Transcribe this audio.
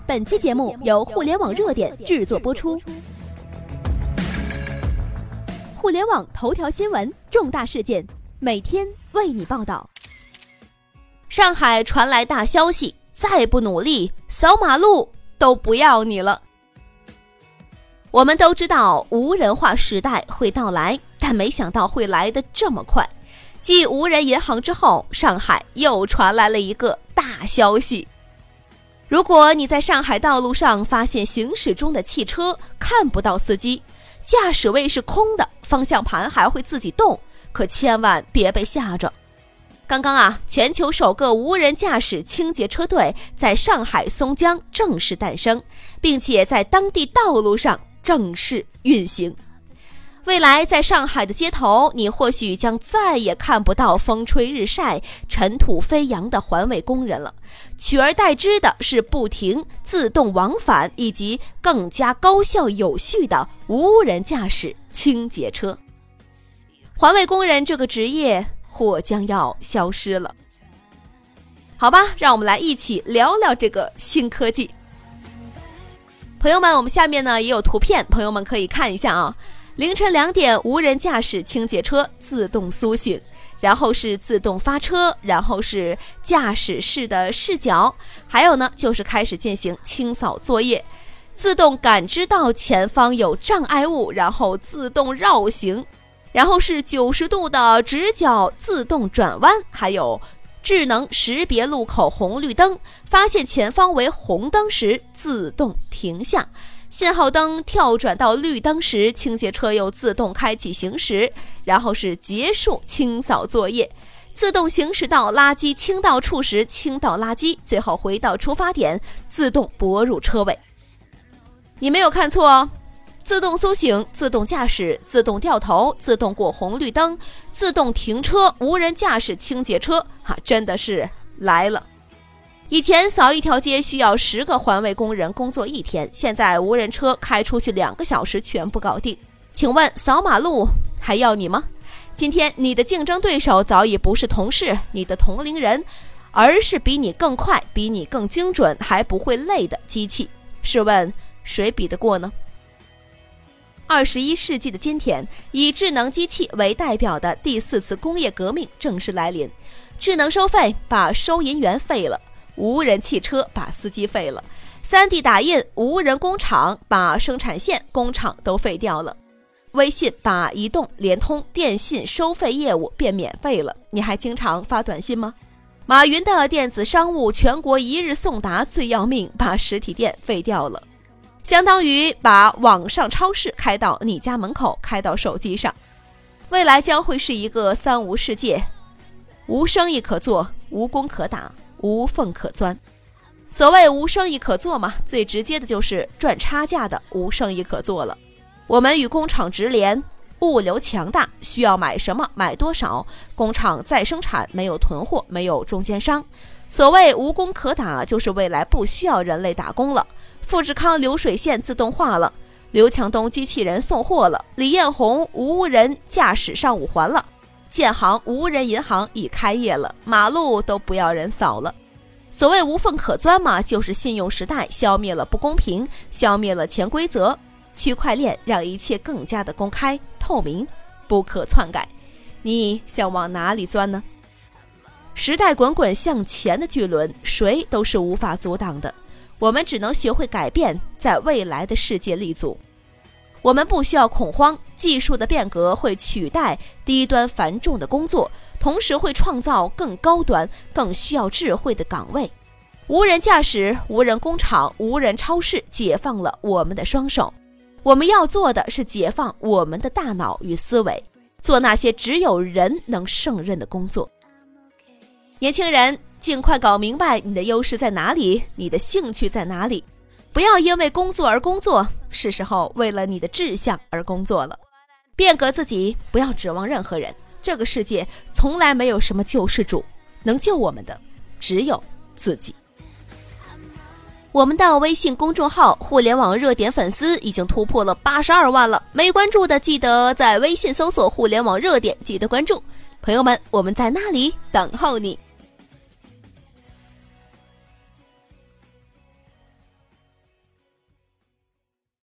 本期节目由互联网热点制作播出。互联网头条新闻，重大事件，每天为你报道。上海传来大消息，再不努力，扫马路都不要你了。我们都知道无人化时代会到来，但没想到会来得这么快。继无人银行之后，上海又传来了一个大消息。如果你在上海道路上发现行驶中的汽车看不到司机，驾驶位是空的，方向盘还会自己动，可千万别被吓着。刚刚全球首个无人驾驶清洁车队在上海松江正式诞生，并且在当地道路上正式运行。未来在上海的街头，你或许将再也看不到风吹日晒、尘土飞扬的环卫工人了，取而代之的是不停自动往返以及更加高效有序的无人驾驶清洁车。环卫工人这个职业或将要消失了。好吧，让我们来一起聊聊这个新科技。朋友们，我们下面呢也有图片，朋友们可以看一下啊。凌晨2点，无人驾驶清洁车自动苏醒，然后是自动发车，然后是驾驶室的视角，还有呢就是开始进行清扫作业，自动感知到前方有障碍物，然后自动绕行，然后是90度的直角自动转弯，还有智能识别路口红绿灯，发现前方为红灯时自动停下，信号灯跳转到绿灯时，清洁车又自动开启行驶，然后是结束清扫作业，自动行驶到垃圾倾倒处时倾倒垃圾，最后回到出发点，自动泊入车位。你没有看错哦，自动苏醒、自动驾驶、自动掉头、自动过红绿灯、自动停车，无人驾驶清洁车真的是来了。以前扫一条街需要10个环卫工人工作1天，现在无人车开出去2个小时全部搞定。请问扫马路还要你吗？今天你的竞争对手早已不是同事、你的同龄人，而是比你更快、比你更精准还不会累的机器。试问谁比得过呢？21世纪的今天，以智能机器为代表的第4次工业革命正式来临。智能收费把收银员废了，无人汽车把司机废了， 3D 打印无人工厂把生产线、工厂都废掉了。微信把移动、联通、电信收费业务变免费了，你还经常发短信吗？马云的电子商务全国1日送达最要命，把实体店废掉了，相当于把网上超市开到你家门口，开到手机上。未来将会是一个3无世界，无生意可做，无工可打，无缝可钻。所谓无生意可做嘛，最直接的就是赚差价的无生意可做了。我们与工厂直连，物流强大，需要买什么买多少，工厂再生产，没有囤货，没有中间商。所谓无工可打，就是未来不需要人类打工了。富士康流水线自动化了，刘强东机器人送货了，李彦宏无人驾驶上5环了，建行无人银行已开业了，马路都不要人扫了。所谓无缝可钻嘛，就是信用时代消灭了不公平，消灭了潜规则，区块链让一切更加的公开透明，不可篡改。你想往哪里钻呢？时代滚滚向前的巨轮，谁都是无法阻挡的，我们只能学会改变，在未来的世界立足。我们不需要恐慌，技术的变革会取代低端繁重的工作，同时会创造更高端、更需要智慧的岗位。无人驾驶、无人工厂、无人超市解放了我们的双手，我们要做的是解放我们的大脑与思维，做那些只有人能胜任的工作。年轻人，尽快搞明白你的优势在哪里，你的兴趣在哪里，不要因为工作而工作，是时候为了你的志向而工作了。变革自己，不要指望任何人，这个世界从来没有什么救世主，能救我们的只有自己。我们的微信公众号互联网热点粉丝已经突破了82万了，没关注的记得在微信搜索互联网热点，记得关注。朋友们，我们在那里等候你。